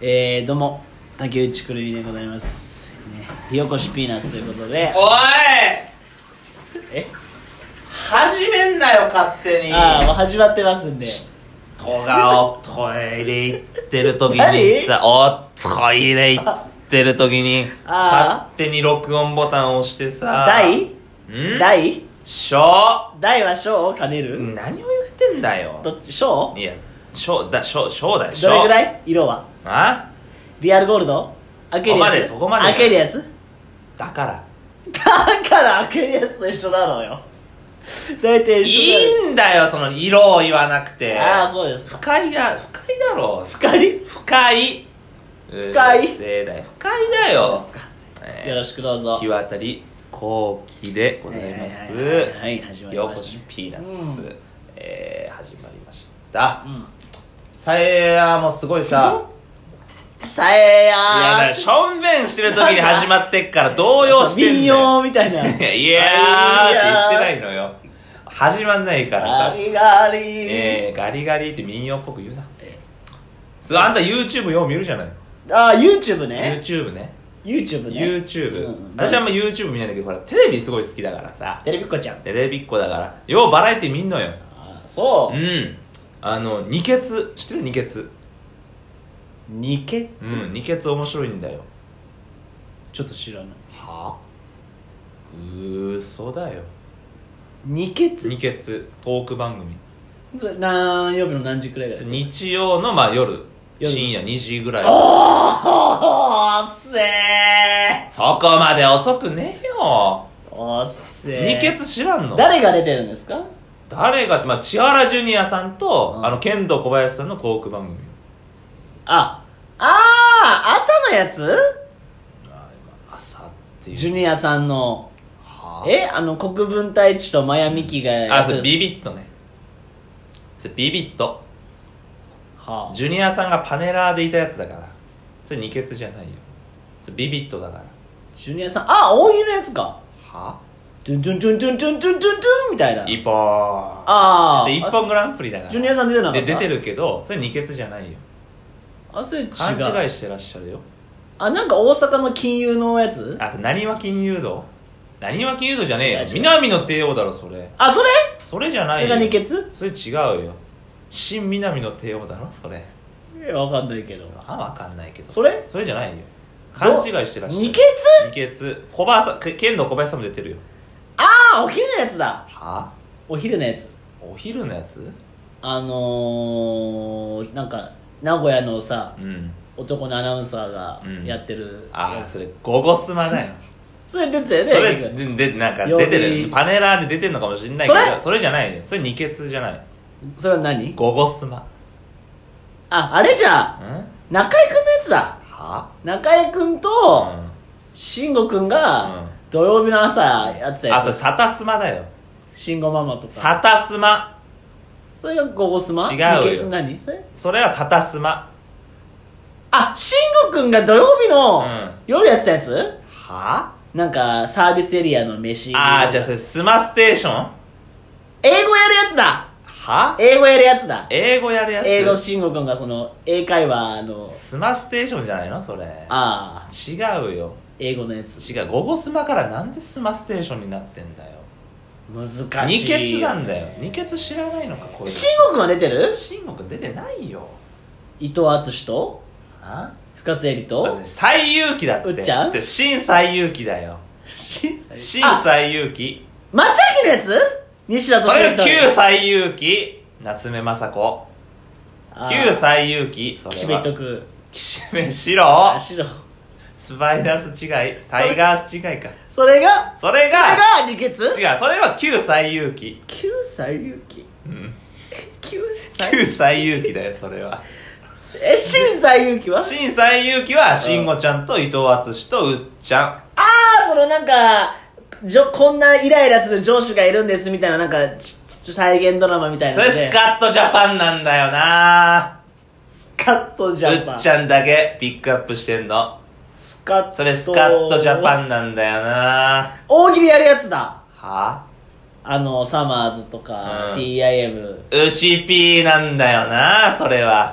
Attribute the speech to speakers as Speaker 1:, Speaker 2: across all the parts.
Speaker 1: どうも竹内くるみでございます、ね、火起こしピーナッツということで。
Speaker 2: おい
Speaker 1: え
Speaker 2: 始めんなよ勝手に。
Speaker 1: もう始まってますんで。
Speaker 2: 人がおトイレ行ってる時にさ、おトイレ行ってる時に勝手に録音ボタンを押してさ、大小
Speaker 1: 大は小を兼ねる。
Speaker 2: 何を言ってんだよ。
Speaker 1: どっち小？
Speaker 2: いや小だよ。小
Speaker 1: どれぐらい色は？リアルゴールド？開けるやつ？
Speaker 2: そこまで
Speaker 1: 開けるやつ？
Speaker 2: だから
Speaker 1: 開けるやつと一緒だろうよ。大体一緒だよ。
Speaker 2: いいんだよその色を言わなくて。
Speaker 1: そうですか。
Speaker 2: 深いだろ。
Speaker 1: 深い
Speaker 2: 深いだよ。深いだよ。
Speaker 1: よろしくどうぞ。
Speaker 2: 日渡り後期でございます。
Speaker 1: はい、始まり
Speaker 2: よ
Speaker 1: ました。
Speaker 2: こしピーナッツ、始まりました。さえやもすごいさ。
Speaker 1: さえやー。
Speaker 2: いや、しょんべんしてる時に始まってっから動揺してんだよ。
Speaker 1: 民謡みたいな。
Speaker 2: いやーって言ってないのよ。始まんないからさ。
Speaker 1: ガリガリ
Speaker 2: ガリガリって民謡っぽく言うな。あんた YouTube よう見るじゃない。
Speaker 1: YouTube ね。
Speaker 2: YouTube ね。
Speaker 1: YouTube。
Speaker 2: 私はあんま YouTube 見ないんだけど、ほら、テレビすごい好きだからさ。
Speaker 1: テレビっ子ちゃん。
Speaker 2: テレビっ子だから。ようバラエティ見んのよ。
Speaker 1: そう。
Speaker 2: 二血。知ってる二血。
Speaker 1: 二血？
Speaker 2: 二血面白いんだよ。
Speaker 1: ちょっと知らない。
Speaker 2: はぁ？嘘だよ。
Speaker 1: 二血？
Speaker 2: 二血。トーク番組。
Speaker 1: 何曜日の何時くらいだよ。
Speaker 2: 日曜の夜。深夜2時ぐらい。
Speaker 1: おっせー。
Speaker 2: そこまで遅くねえよ。
Speaker 1: おっせー。
Speaker 2: 二血知らんの？誰
Speaker 1: が出てるんですか？
Speaker 2: 誰がって、千原ジュニアさんと、剣道小林さんのトーク番組。
Speaker 1: 朝のやつ？
Speaker 2: 朝っていう。
Speaker 1: ジュニアさんの。国分太一とマヤミキが。
Speaker 2: それビビットね。それビビット。ジュニアさんがパネラーでいたやつだから。それ二血じゃないよ。それビビットだから。
Speaker 1: ジュニアさん、大喜利のやつか。トゥントゥントゥントゥントゥントゥントゥンみたいな。
Speaker 2: 一本。一本グランプリだから。
Speaker 1: ジュニアさん出てなかった？
Speaker 2: 出てるけど、それ二血じゃないよ。
Speaker 1: それ違う。
Speaker 2: 勘違いしてらっしゃるよ。
Speaker 1: なんか大阪の金融のやつ？
Speaker 2: なにわ金融道？なにわ金融道じゃねえよ。南の帝王だろ、それ。それじゃないよ。
Speaker 1: それが二血？
Speaker 2: それ違うよ。新南の帝王だろ、それ。
Speaker 1: わかんないけど。
Speaker 2: わかんないけど。
Speaker 1: それ
Speaker 2: じゃないよ。勘違いしてらっしゃる。
Speaker 1: 二血？
Speaker 2: 二血。剣道小林さんも出てるよ。
Speaker 1: お昼のやつだ。お昼のやつ。
Speaker 2: お昼のやつ？
Speaker 1: なんか名古屋のさ、男のアナウンサーがやってる。
Speaker 2: それゴゴスマだよ。
Speaker 1: それ出てたよね。
Speaker 2: それでなんか出てる。パネラーで出てるのかもしれないけど、それじゃないよ。それ二血じゃない。
Speaker 1: それは何？
Speaker 2: ゴゴスマ。
Speaker 1: あれじゃ中居くんのやつだ。中居くんと慎吾くんが土曜日の朝やってたやつ。
Speaker 2: それサタスマだよ。
Speaker 1: 慎吾ママとか。
Speaker 2: サタスマ。
Speaker 1: それがゴゴスマ？
Speaker 2: 違うよ。
Speaker 1: 二血何？
Speaker 2: それはサタスマ。
Speaker 1: 慎吾くんが土曜日の夜やってたやつ？なんかサービスエリアの飯。
Speaker 2: じゃあそれスマステーション？
Speaker 1: 英語やるやつだ。英語やるやつだ。
Speaker 2: 英語やるやつ？
Speaker 1: 英語慎吾くんがその英会話の。
Speaker 2: スマステーションじゃないのそれ。違うよ。
Speaker 1: 英語のやつ。
Speaker 2: 違う。ゴゴスマからなんでスマステーションになってんだよ。
Speaker 1: 難しい。
Speaker 2: 二血なんだよ。二血知らないのかこれ。
Speaker 1: 慎吾くんは出てる？
Speaker 2: 慎吾くん出てないよ。
Speaker 1: 伊藤淳と深津絵里と
Speaker 2: 最遊記だって。
Speaker 1: うっちゃん？
Speaker 2: 新最遊記だよ。新最遊記。
Speaker 1: 町明のやつ？西田敏行。
Speaker 2: それが旧最遊記。夏目雅子。旧最遊記。それは
Speaker 1: 岸辺徳。
Speaker 2: 岸辺白。
Speaker 1: 白。
Speaker 2: スパイダース違い。タイガース違いか。
Speaker 1: それが二血？
Speaker 2: 違う。それは旧最遊記。
Speaker 1: 旧最遊記。
Speaker 2: 旧最遊記だよそれは。
Speaker 1: 新最遊記は？
Speaker 2: 新最遊記は慎吾ちゃんと伊藤淳とうっちゃん。
Speaker 1: そのなんかこんなイライラする上司がいるんですみたいな、なんか再現ドラマみたいなので。
Speaker 2: それスカッとジャパンなんだよな。
Speaker 1: スカッとジャパン。
Speaker 2: うっちゃんだけピックアップしてんの。それスカッとジャパンなんだよな。
Speaker 1: 大喜利やるやつだ。
Speaker 2: サ
Speaker 1: マーズとか、TIM。
Speaker 2: うちピーなんだよな、それは。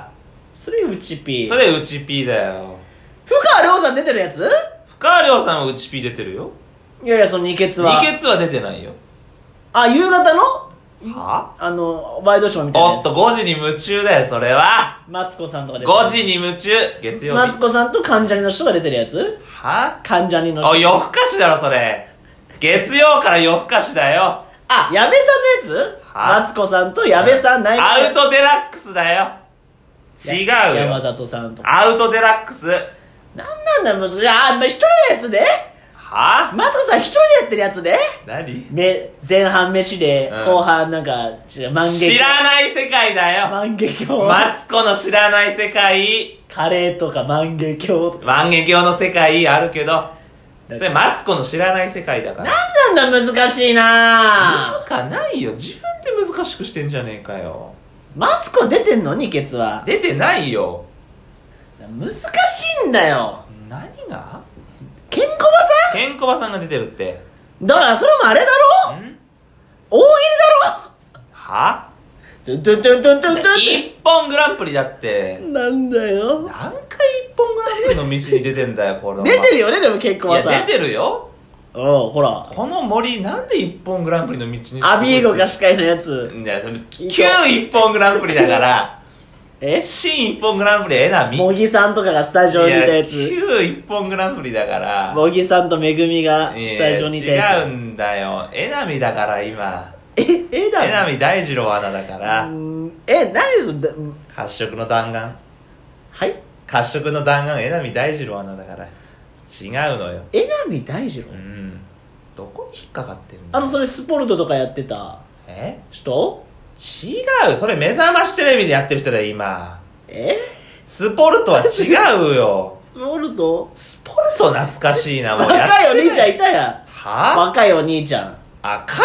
Speaker 1: それうちピー。
Speaker 2: それうちピーだよ。
Speaker 1: 深川亮さん出てるやつ？
Speaker 2: 深川亮さんはうちピー出てるよ。
Speaker 1: いやいや、その二血は。
Speaker 2: 二血は出てないよ。
Speaker 1: あ、夕方の
Speaker 2: は
Speaker 1: ワイドショーみたいなやつ。
Speaker 2: おっと、5時に夢中だよ、それは。
Speaker 1: マツコさんとか出てる。
Speaker 2: 5時に夢中。月曜日。
Speaker 1: マツコさんと関ジャニの人が出てるやつ？
Speaker 2: は
Speaker 1: 関ジャニの人。
Speaker 2: お、夜更かしだろ、それ。月曜から夜更かしだよ。
Speaker 1: あ、矢部さんのやつ？マツコさんと矢部さん、
Speaker 2: アウトデラックスだよ。違うよ。
Speaker 1: 山里さんとか。
Speaker 2: アウトデラックス。
Speaker 1: なんだ、一人のやつね。
Speaker 2: は
Speaker 1: マツコさん一人でやってるやつね。
Speaker 2: 何？
Speaker 1: 前半飯で、後半なんか、万華鏡。
Speaker 2: 知らない世界だよ。
Speaker 1: 万華鏡。
Speaker 2: マツコの知らない世界。
Speaker 1: カレーとか万華鏡とか。
Speaker 2: 万華鏡の世界あるけど、それマツコの知らない世界だから。
Speaker 1: なんだ難しいな
Speaker 2: ぁ。難かないよ。自分で難しくしてんじゃねえかよ。
Speaker 1: マツコ出てんの？二ケツは。
Speaker 2: 出てないよ。
Speaker 1: 難しいんだよ。
Speaker 2: 何が？
Speaker 1: ケンコバさん？
Speaker 2: ケンコバさんが出てるって。
Speaker 1: だからそれもあれだろ？大喜利だろ？
Speaker 2: は？
Speaker 1: トゥントゥントゥントゥントゥントゥン。
Speaker 2: 一本グランプリだって。
Speaker 1: なんだよ。
Speaker 2: 何回一本グランプリの道に出てんだよ、これ。
Speaker 1: 出てるよね、でもケンコバさん。
Speaker 2: いや、出てるよ。
Speaker 1: ほら。
Speaker 2: この森、なんで一本グランプリの道に。
Speaker 1: アビーゴが司会のやつ。
Speaker 2: いや、それ、旧一本グランプリだから。新一本グランプリはえなみ。
Speaker 1: 茂木さんとかがスタジオにいたやつ。
Speaker 2: 旧一本グランプリだから。
Speaker 1: 茂木さんとめぐみがスタジオにいたやつ。
Speaker 2: 違うんだよ。えなみだから、今。
Speaker 1: え
Speaker 2: なみ大二郎アナだから。
Speaker 1: 何すんだ。
Speaker 2: 褐色の弾丸。
Speaker 1: はい？
Speaker 2: 褐色の弾丸、えなみ大二郎アナだから。違うのよ。
Speaker 1: えなみ大二郎？
Speaker 2: どこに引っかかってんの？
Speaker 1: それスポルトとかやってた人？
Speaker 2: 違う。それ目覚ましテレビでやってる人だよ、今。スポルトは違うよ。スポルト懐かしいな、もう。
Speaker 1: 若いお兄ちゃんいたやん。
Speaker 2: は？
Speaker 1: 若いお兄ちゃん。
Speaker 2: あ、カ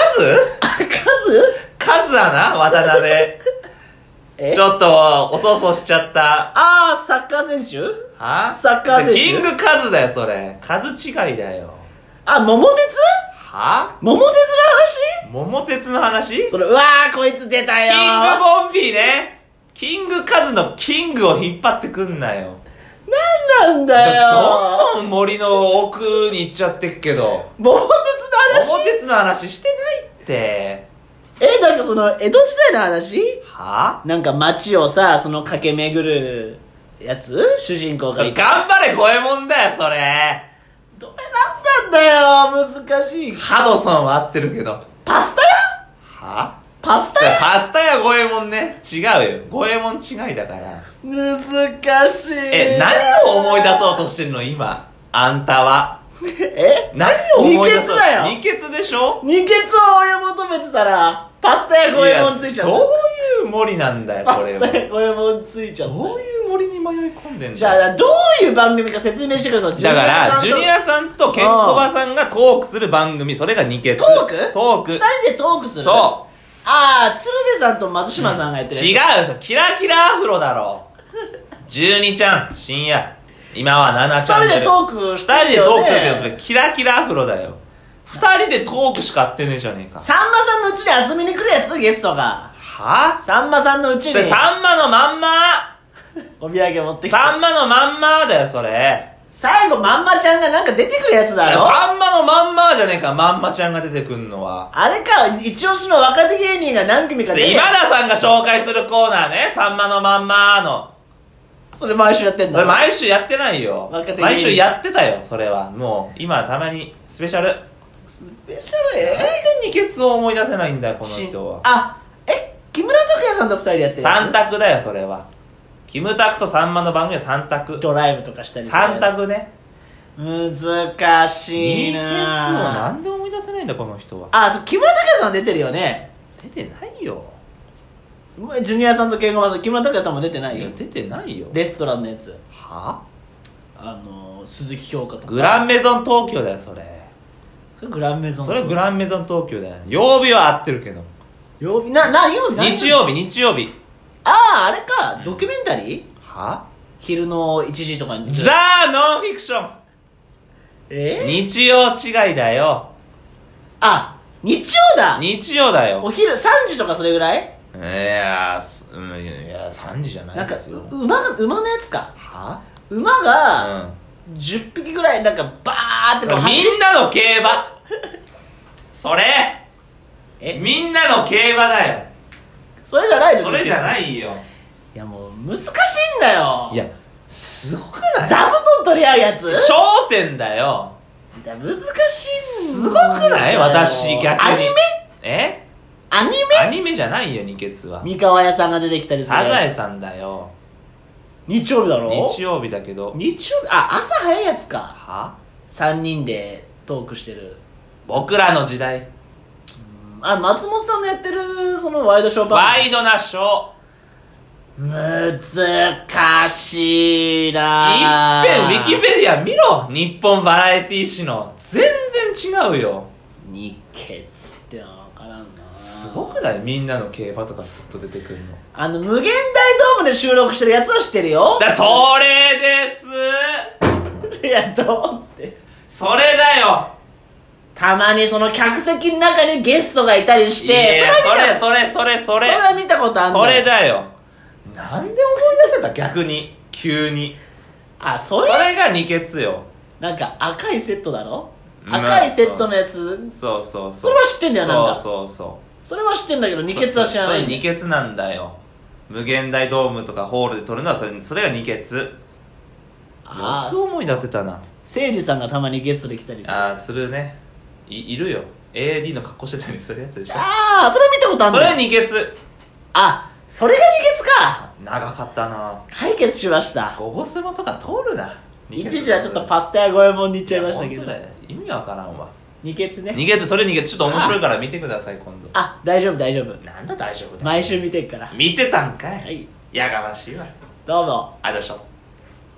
Speaker 2: ズアな、渡辺。ちょっと、おそそしちゃった。
Speaker 1: サッカー選手？
Speaker 2: は？
Speaker 1: サッカー選手？
Speaker 2: キングカズだよ、それ。カズ違いだよ。
Speaker 1: 桃鉄？
Speaker 2: は？
Speaker 1: 桃鉄の話？
Speaker 2: 桃鉄の話？
Speaker 1: それ、こいつ出たよ。
Speaker 2: キングボンビーね。キングカズのキングを引っ張ってくんなよ。
Speaker 1: なんだよ。
Speaker 2: どんどん森の奥に行っちゃってっけど。
Speaker 1: 桃鉄の
Speaker 2: 話してないって。
Speaker 1: なんかその、江戸時代の話？
Speaker 2: は？
Speaker 1: なんか街をさ、駆け巡るやつ？主人公がいて。
Speaker 2: 頑張れ五右衛門だよ、それ。
Speaker 1: どれだったんだよ、難しい。
Speaker 2: ハドソンは合ってるけど。
Speaker 1: パスタ屋？
Speaker 2: は？
Speaker 1: パスタ
Speaker 2: 屋五右衛門ね。違うよ。五右衛門違いだから。
Speaker 1: 難しい。
Speaker 2: 何を思い出そうとしてんの、今。あんたは。何を思い出そう？二血でしょ？
Speaker 1: 二血を追い求めてたら、パスタ屋五右衛門ついちゃった。
Speaker 2: どういう森なんだよ、これは。
Speaker 1: パスタ屋五右衛門ついちゃった。
Speaker 2: どういう森に迷い込んでんだよ。
Speaker 1: じゃあ、どういう番組か説明してください。
Speaker 2: だから、ジュニアさんとケンコバさんがトークする番組、それが二血。
Speaker 1: トーク二人でトークする？
Speaker 2: そう。
Speaker 1: 鶴瓶さんと松島さんがやってる
Speaker 2: 違うよ、キラキラアフロだろ。12ちゃん、深夜。今は7ちゃん。
Speaker 1: 二人でトークして
Speaker 2: るよね。2人でトークするけど、それキラキラアフロだよ。2人でトークしか合ってねえじゃねえか。
Speaker 1: さんまさんのうちに遊びに来るやつ？ゲストが。
Speaker 2: は？
Speaker 1: さんまさんのうちに。
Speaker 2: それさんまのまんま。
Speaker 1: お土産持ってきて。
Speaker 2: さんまのまんまだよ、それ。
Speaker 1: 最後まんまちゃんがなんか出てくるやつだろ？
Speaker 2: さんまのまんまじゃねえか、まんまちゃんが出てくんのは。
Speaker 1: あれか、一押しの若手芸人が何組か出て
Speaker 2: 今田さんが紹介するコーナーね、さんまのまんまの。
Speaker 1: それ毎週やってんだ。
Speaker 2: それ毎週やってないよ。毎週やってたよ、それは。もう、今たまに、スペシャル。
Speaker 1: なんで
Speaker 2: 二血を思い出せないんだよ、この人
Speaker 1: は。木村拓哉さんと二人でやってるやつ？
Speaker 2: 三択だよ、それは。キムタクとさんまの番組は三択。
Speaker 1: ドライブとかしたりする。
Speaker 2: 三択ね。
Speaker 1: 難しいな。
Speaker 2: 二血をなんで思い出せないんだ、この人は。
Speaker 1: 木村拓哉さん出てるよね。
Speaker 2: 出てないよ。
Speaker 1: ジュニアさんとケンコバさん、木村拓哉さんも出てないよ。
Speaker 2: 出てないよ。
Speaker 1: レストランのやつ。
Speaker 2: は？
Speaker 1: 鈴木京香とか。
Speaker 2: グランメゾン東京だよ、それ。
Speaker 1: グランメゾン。
Speaker 2: それグランメゾン東京だよ。曜日は合ってるけど。
Speaker 1: 曜日？
Speaker 2: 日曜日。
Speaker 1: あれか、ドキュメンタリー？
Speaker 2: は？
Speaker 1: 昼の1時とかに。
Speaker 2: ザ・ノンフィクション。日曜違いだよ。
Speaker 1: 日曜だ。
Speaker 2: 日曜だよ。
Speaker 1: お昼3時とかそれぐらい？
Speaker 2: いや、 3時じゃない
Speaker 1: なんか
Speaker 2: ですよ。
Speaker 1: 馬のやつか。
Speaker 2: は
Speaker 1: 馬が10匹ぐらいなんかバーってこう
Speaker 2: みんなの競馬それみんなの競馬だよ。
Speaker 1: それじゃないの？
Speaker 2: それじゃないよ。
Speaker 1: いやもう難しいんだよ。
Speaker 2: いやすごくない？
Speaker 1: 座布団取り合うやつ？
Speaker 2: 焦点だよ。
Speaker 1: いや難しい
Speaker 2: すごくない？私逆に
Speaker 1: アニメ？アニメ？
Speaker 2: アニメじゃないよ、二ケツは。
Speaker 1: 三河屋さんが出てきたりする。
Speaker 2: サザエさんだよ。
Speaker 1: 日曜日だろ？
Speaker 2: 日曜日だけど。
Speaker 1: 日曜日、朝早いやつか。
Speaker 2: は
Speaker 1: 3人でトークしてる。
Speaker 2: 僕らの時代。
Speaker 1: 松本さんのやってるそのワイドショー
Speaker 2: ワイドなショ
Speaker 1: ー。難しいな
Speaker 2: ぁ。いっぺんウィキペディア見ろ。日本バラエティ誌の。全然違うよ。
Speaker 1: 日血ってのは分からんな。
Speaker 2: すごくない？みんなの競馬とかスッと出てくるの。
Speaker 1: 無限大ドームで収録してるやつは知ってるよ。
Speaker 2: それです
Speaker 1: いや、どうって。
Speaker 2: それだよ。
Speaker 1: たまにその客席の中にゲストがいたりして、
Speaker 2: それ
Speaker 1: それは見たことあんだよ。
Speaker 2: それだよ。なんで思い出せた？逆に急に。それが二ケツよ。
Speaker 1: なんか赤いセットだろ？赤いセットのやつ。
Speaker 2: そう
Speaker 1: それは知ってんだよ。なんだ。
Speaker 2: そう
Speaker 1: それは知ってんだけど二ケツは知らない。
Speaker 2: それ二ケツなんだよ。無限大ドームとかホールで撮るのはそれが二ケツ。よく思い出せたな。
Speaker 1: せいじさんがたまにゲストで来たりする。
Speaker 2: するね。いるよ。AD の格好してたりするやつでしょ。
Speaker 1: それ見たことあるんだよ。
Speaker 2: それ二ケツ。
Speaker 1: それが二ケツか。
Speaker 2: 長かったな。
Speaker 1: 解決しました。
Speaker 2: ゴゴスマとか通るな。
Speaker 1: 一時はちょっとパスタ屋五右衛門に行っちゃいましたけど。
Speaker 2: 意味わからんわ。
Speaker 1: 二ケツね。
Speaker 2: それ二ケツちょっと面白いから見てください、今度。
Speaker 1: 大丈夫。
Speaker 2: なんだ大丈夫だ。
Speaker 1: 毎週見てるから。
Speaker 2: 見てたんかい。
Speaker 1: はい。
Speaker 2: やがましいわ。
Speaker 1: どうも。
Speaker 2: ありがとうございました。